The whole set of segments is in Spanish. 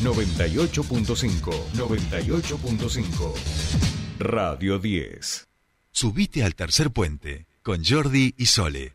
98.5. 98.5. Radio 10. Subite al tercer puente con Jordi y Sole.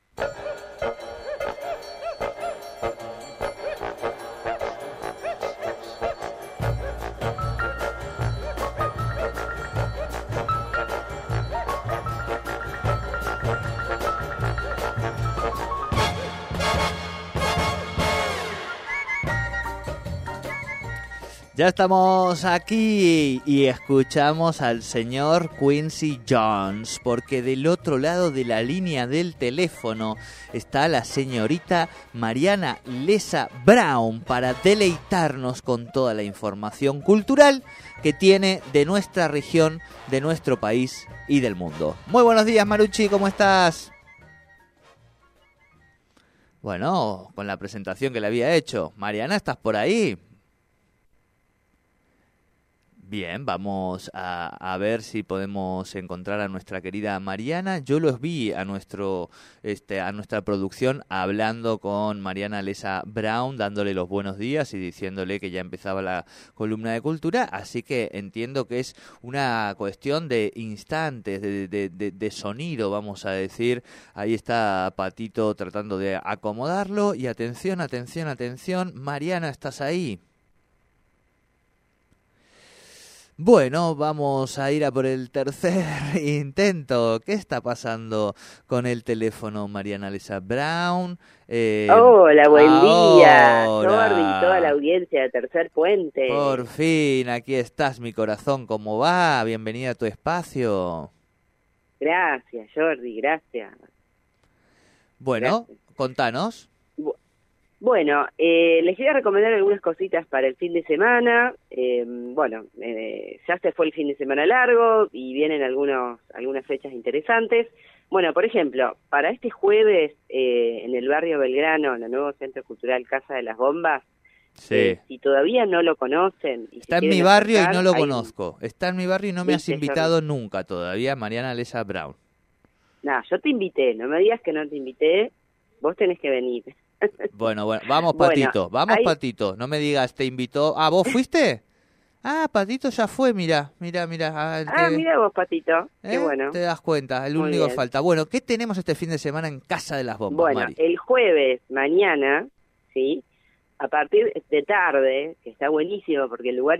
Ya estamos aquí y escuchamos al señor Quincy Jones, porque del otro lado de la línea del teléfono está la señorita Mariana Lesa Brown para deleitarnos con toda la información cultural que tiene de nuestra región, de nuestro país y del mundo. Muy buenos días, Marucci, ¿cómo estás? Bueno, con la presentación que le había hecho. Mariana, ¿estás por ahí? Bien, vamos a ver si podemos encontrar a nuestra querida Mariana. Yo los vi a nuestra producción hablando con Mariana Lesa Brown, dándole los buenos días y diciéndole que ya empezaba la columna de cultura, así que entiendo que es una cuestión de instantes, de sonido, vamos a decir. Ahí está Patito tratando de acomodarlo y atención, atención, atención. Mariana, ¿estás ahí? Bueno, vamos a ir a por el tercer intento. ¿Qué está pasando con el teléfono, Mariana Lesa Brown? Hola, buen día. Hola. Jordi y toda la audiencia de Tercer Puente. Por fin, aquí estás, mi corazón. ¿Cómo va? Bienvenida a tu espacio. Gracias, Jordi, gracias. Bueno, Gracias. Contanos. Bueno, les voy a recomendar algunas cositas para el fin de semana. Ya se fue el fin de semana largo y vienen algunas fechas interesantes. Bueno, por ejemplo, para este jueves en el barrio Belgrano, en el nuevo Centro Cultural Casa de las Bombas, Sí. Si todavía no lo conocen... Está en mi barrio y no lo conozco. Está en mi barrio y no me has invitado nunca todavía, Mariana Lesa Brown. No, yo te invité, no me digas que no te invité, vos tenés que venir. Bueno, vamos Patito, Patito, no me digas, te invitó. Ah, ¿vos fuiste? Ah, Patito ya fue, mira. Mira vos, Patito, qué bueno. Te das cuenta, el Muy único bien. falta. Bueno, ¿qué tenemos este fin de semana en Casa de las Bombas, Bueno, Mari? el jueves, mañana, ¿sí? A partir de tarde, que está buenísimo porque el lugar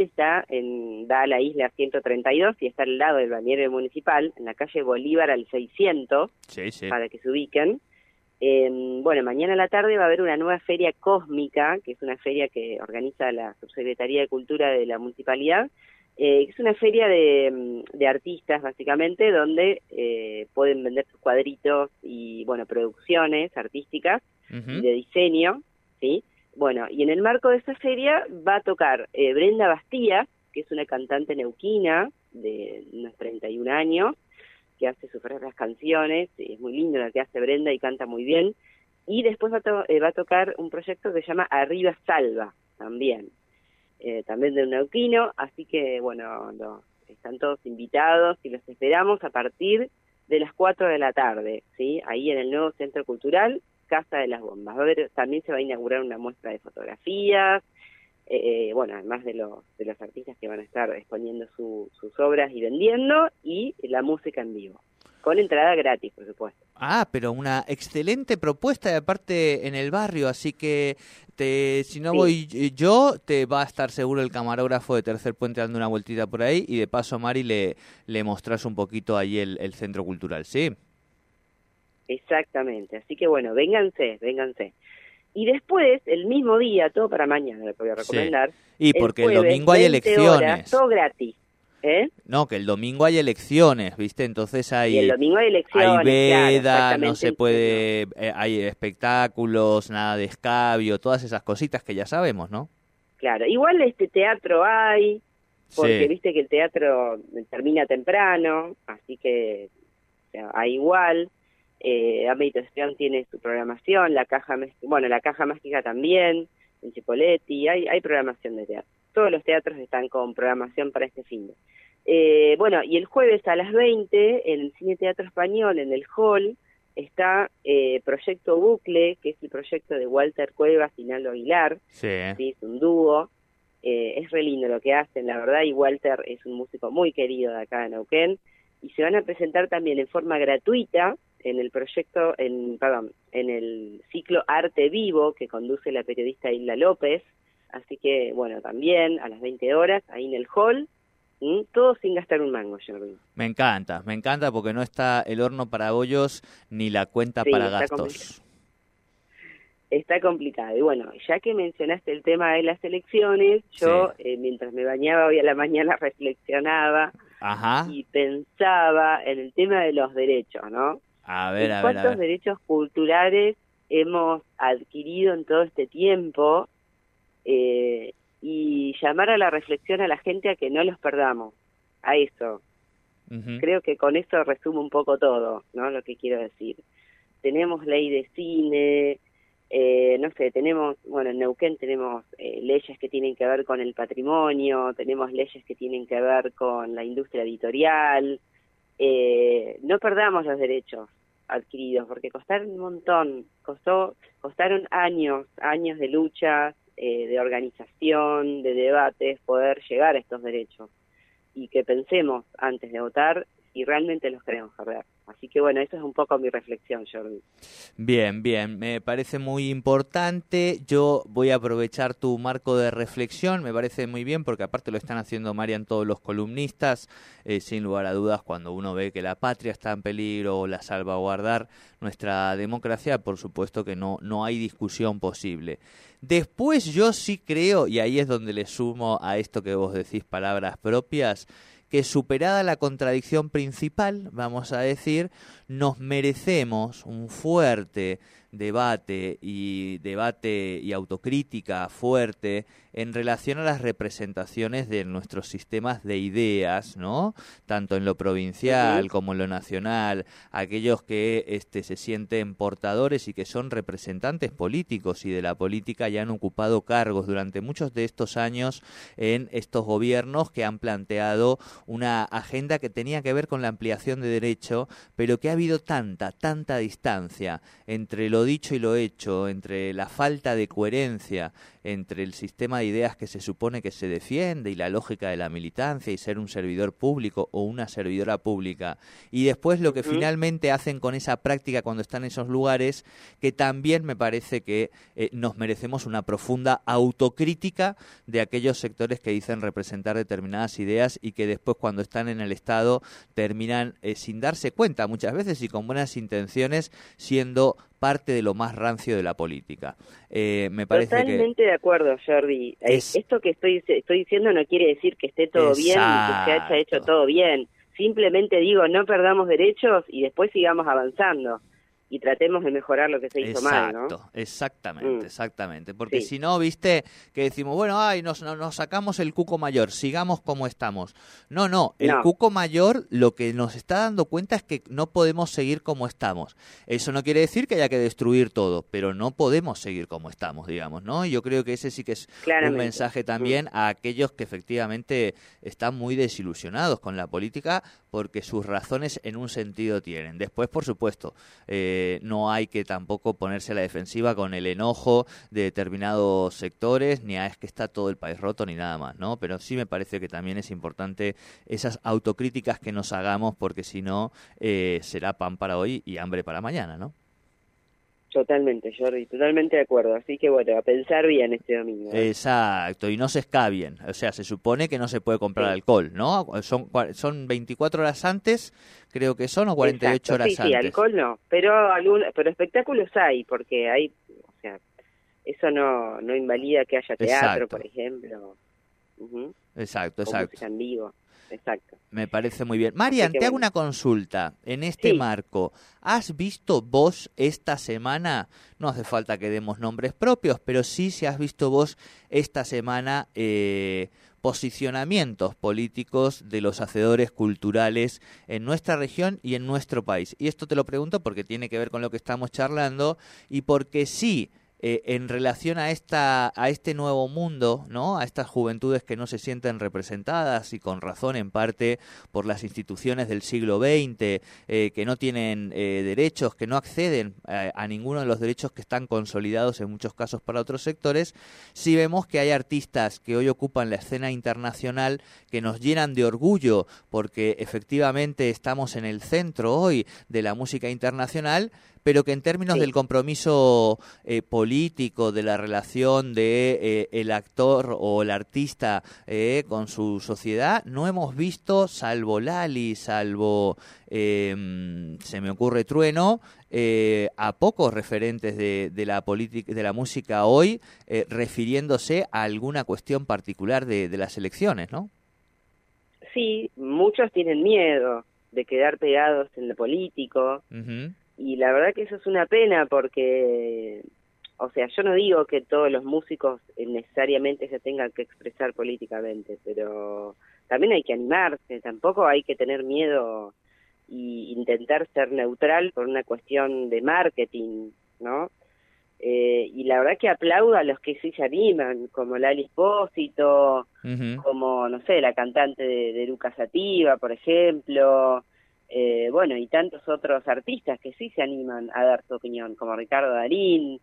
da a la isla 132 y está al lado del balneario municipal, en la calle Bolívar al 600, Sí. para que se ubiquen. Mañana a la tarde va a haber una nueva feria cósmica, que es una feria que organiza la Subsecretaría de Cultura de la Municipalidad. Es una feria de artistas, básicamente, donde pueden vender sus cuadritos y, producciones artísticas y de diseño, ¿sí? Bueno, y en el marco de esa feria va a tocar Brenda Bastías, que es una cantante neuquina de unos 31 años, que hace sus propias canciones, es muy lindo lo que hace Brenda y canta muy bien, y después va a tocar un proyecto que se llama Arriba Salva, también de un neuquino, así que están todos invitados y los esperamos a partir de las 4 de la tarde, ¿sí? Ahí en el nuevo Centro Cultural, Casa de las Bombas. También se va a inaugurar una muestra de fotografías, además de los artistas que van a estar exponiendo sus obras y vendiendo, y la música en vivo, con entrada gratis, por supuesto. Ah, pero una excelente propuesta, y aparte en el barrio, así que si no voy yo, te va a estar seguro el camarógrafo de Tercer Puente dando una vueltita por ahí, y de paso a Mari le mostrás un poquito ahí el centro cultural, ¿sí? Exactamente, así que vénganse. Y después, el mismo día, todo para mañana, le voy a recomendar. Sí. Y porque el jueves, domingo hay 20 elecciones. Horas, todo gratis. No, que el domingo hay elecciones, ¿viste? Entonces Y el domingo hay elecciones, hay veda, claro, no se puede, hay espectáculos, nada de escabio, todas esas cositas que ya sabemos, ¿no? Claro, igual teatro hay, porque viste que el teatro termina temprano, así que hay igual. Ámbito Estudiante tiene su programación, la Caja Mágica también, en Chipoletti, hay programación de teatro. Todos los teatros están con programación para este fin de. Y el jueves a las 20, en el Cine Teatro Español, en el Hall, está Proyecto Bucle, que es el proyecto de Walter Cuevas y Nalo Aguilar, Sí. ¿sí? Es un dúo, Es re lindo lo que hacen, la verdad, y Walter es un músico muy querido de acá en Neuquén, y se van a presentar también en forma gratuita en el proyecto, en el ciclo Arte Vivo que conduce la periodista Hilda López, así que, bueno, también a las 20 horas, ahí en el hall, todo sin gastar un mango, Jordi. Me encanta porque no está el horno para bollos ni la cuenta Sí, para gastos. Está complicado. Y bueno, ya que mencionaste el tema de las elecciones, yo mientras me bañaba hoy a la mañana reflexionaba y pensaba en el tema de los derechos, ¿no? ¿Cuántos derechos culturales hemos adquirido en todo este tiempo? Y llamar a la reflexión a la gente a que no los perdamos, a eso. Creo que con eso resumo un poco todo, ¿no? Lo que quiero decir. Tenemos ley de cine, no sé, tenemos, bueno, en Neuquén tenemos leyes que tienen que ver con el patrimonio, tenemos leyes que tienen que ver con la industria editorial. No perdamos los derechos adquiridos, porque costaron un montón, costaron años de lucha, de organización, de debates, poder llegar a estos derechos, y que pensemos antes de votar si realmente los queremos perder. Así que bueno, eso es un poco mi reflexión, Jordi. Bien, me parece muy importante. Yo voy a aprovechar tu marco de reflexión, me parece muy bien, porque aparte lo están haciendo, Marian, todos los columnistas, sin lugar a dudas, cuando uno ve que la patria está en peligro o la salvaguardar nuestra democracia, por supuesto que no hay discusión posible. Después yo sí creo, y ahí es donde le sumo a esto que vos decís, palabras propias, que superada la contradicción principal, vamos a decir, nos merecemos un fuerte debate y autocrítica fuerte en relación a las representaciones de nuestros sistemas de ideas, ¿no? Tanto en lo provincial como en lo nacional, aquellos que se sienten portadores y que son representantes políticos y de la política y han ocupado cargos durante muchos de estos años en estos gobiernos que han planteado una agenda que tenía que ver con la ampliación de derecho, pero que ha habido tanta distancia entre lo dicho y lo hecho, entre la falta de coherencia entre el sistema de ideas que se supone que se defiende y la lógica de la militancia y ser un servidor público o una servidora pública, y después lo que finalmente hacen con esa práctica cuando están en esos lugares, que también me parece que nos merecemos una profunda autocrítica de aquellos sectores que dicen representar determinadas ideas y que después cuando están en el Estado terminan sin darse cuenta muchas veces y con buenas intenciones siendo parte de lo más rancio de la política. Me parece Totalmente de acuerdo, Jordi. Esto que estoy diciendo no quiere decir que esté todo bien y que se haya hecho todo bien. Simplemente digo, no perdamos derechos y después sigamos avanzando y tratemos de mejorar lo que se hizo mal, ¿no? Exactamente. Porque si no, viste, que decimos, bueno, nos sacamos el cuco mayor, sigamos como estamos. No, el cuco mayor lo que nos está dando cuenta es que no podemos seguir como estamos. Eso no quiere decir que haya que destruir todo, pero no podemos seguir como estamos, digamos, ¿no? Y yo creo que ese sí que es un mensaje también a aquellos que efectivamente están muy desilusionados con la política porque sus razones en un sentido tienen. Después, por supuesto, no hay que tampoco ponerse a la defensiva con el enojo de determinados sectores, ni es que está todo el país roto, ni nada más, ¿no? Pero sí me parece que también es importante esas autocríticas que nos hagamos, porque si no, será pan para hoy y hambre para mañana, ¿no? Totalmente, Jordi, totalmente de acuerdo. Así que bueno, a pensar bien este domingo. Exacto, y no se escabien. O sea, se supone que no se puede comprar alcohol, ¿no? Son 24 horas antes, creo que son, o 48 horas antes. Sí, alcohol no, pero espectáculos hay, porque hay, o sea, eso no invalida que haya teatro, por ejemplo. Exacto. Música en vivo. Exacto. Me parece muy bien. Marian, te hago una consulta. En este marco, ¿has visto vos esta semana, no hace falta que demos nombres propios, pero sí si has visto vos esta semana posicionamientos políticos de los hacedores culturales en nuestra región y en nuestro país? Y esto te lo pregunto porque tiene que ver con lo que estamos charlando y porque sí, en relación a este nuevo mundo, ¿no? A estas juventudes que no se sienten representadas y con razón en parte por las instituciones del siglo XX, que no tienen derechos, que no acceden a ninguno de los derechos que están consolidados en muchos casos para otros sectores. Sí vemos que hay artistas que hoy ocupan la escena internacional que nos llenan de orgullo porque efectivamente estamos en el centro hoy de la música internacional, pero que en términos del compromiso político, de la relación de el actor o el artista con su sociedad, no hemos visto, salvo Lali, salvo se me ocurre Trueno, a pocos referentes de la política, de la música hoy, refiriéndose a alguna cuestión particular de las elecciones, ¿no? Sí, muchos tienen miedo de quedar pegados en lo político. Uh-huh. Y la verdad que eso es una pena porque, o sea, yo no digo que todos los músicos necesariamente se tengan que expresar políticamente, pero también hay que animarse, tampoco hay que tener miedo e intentar ser neutral por una cuestión de marketing, ¿no? Y la verdad que aplaudo a los que sí se animan, como Lali Espósito, uh-huh, como, no sé, la cantante de Luca Sativa, por ejemplo. Bueno, y tantos otros artistas que sí se animan a dar su opinión, como Ricardo Darín.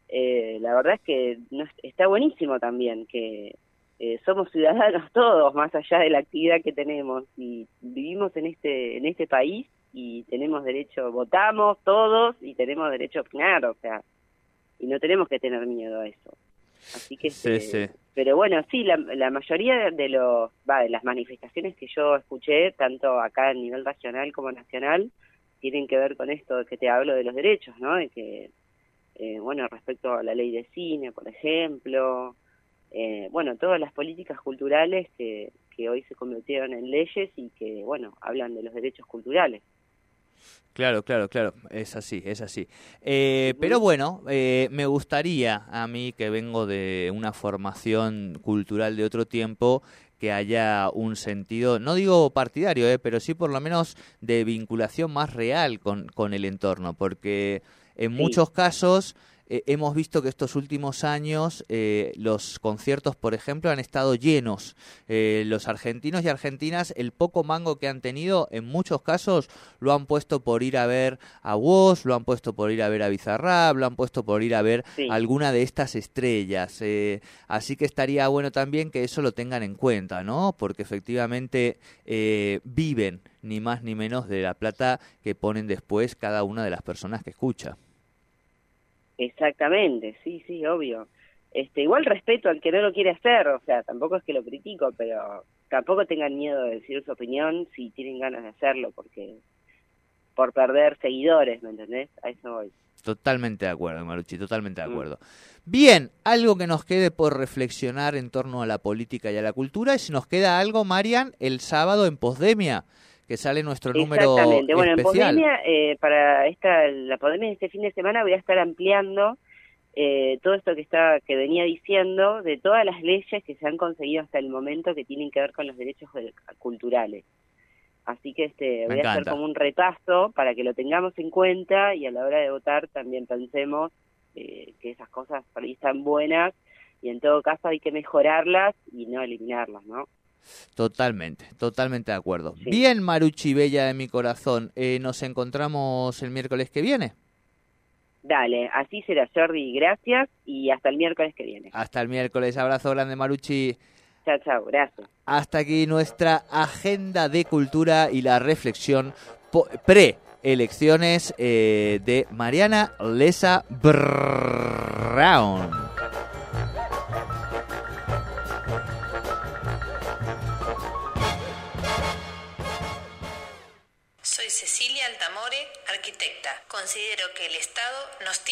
La verdad es que está buenísimo también que somos ciudadanos todos, más allá de la actividad que tenemos, y vivimos en este país y tenemos derecho, votamos todos y tenemos derecho a opinar, o sea, y no tenemos que tener miedo a eso. Así que sí. Pero bueno, sí, la mayoría de las manifestaciones que yo escuché, tanto acá a nivel regional como nacional, tienen que ver con esto de que te hablo de los derechos, ¿no? De que, bueno, respecto a la ley de cine, por ejemplo, bueno, todas las políticas culturales que hoy se convirtieron en leyes y que, bueno, hablan de los derechos culturales. Claro, es así. Pero bueno, me gustaría, a mí que vengo de una formación cultural de otro tiempo, que haya un sentido, no digo partidario, pero sí por lo menos de vinculación más real con el entorno, porque en muchos casos hemos visto que estos últimos años los conciertos, por ejemplo, han estado llenos. Los argentinos y argentinas, el poco mango que han tenido, en muchos casos lo han puesto por ir a ver a Woz, lo han puesto por ir a ver a Bizarrap, lo han puesto por ir a ver alguna de estas estrellas. Así que estaría bueno también que eso lo tengan en cuenta, ¿no? Porque efectivamente viven ni más ni menos de la plata que ponen después cada una de las personas que escucha. Exactamente, sí, obvio. Igual respeto al que no lo quiere hacer, o sea, tampoco es que lo critico, pero tampoco tengan miedo de decir su opinión si tienen ganas de hacerlo, porque por perder seguidores, ¿me entendés? A eso voy. Totalmente de acuerdo, Marucci, totalmente de acuerdo. Bien, algo que nos quede por reflexionar en torno a la política y a la cultura, y si nos queda algo, Marian, el sábado en Posdemia, que sale nuestro número Exactamente. Bueno, especial. En Posdemia, para la Posdemia de este fin de semana voy a estar ampliando todo esto que venía diciendo, de todas las leyes que se han conseguido hasta el momento que tienen que ver con los derechos culturales. Así que voy a hacer como un repaso para que lo tengamos en cuenta y a la hora de votar también pensemos que esas cosas por ahí están buenas y en todo caso hay que mejorarlas y no eliminarlas, ¿no? Totalmente de acuerdo. Sí. Bien, Marucci, bella de mi corazón, nos encontramos el miércoles que viene. Dale, así será, Jordi, gracias y hasta el miércoles que viene. Hasta el miércoles, abrazo grande, Marucci. Chao, gracias. Hasta aquí nuestra agenda de cultura y la reflexión pre-elecciones de Mariana Lesa Brown. Soy Cecilia Altamore, arquitecta. Considero que el Estado nos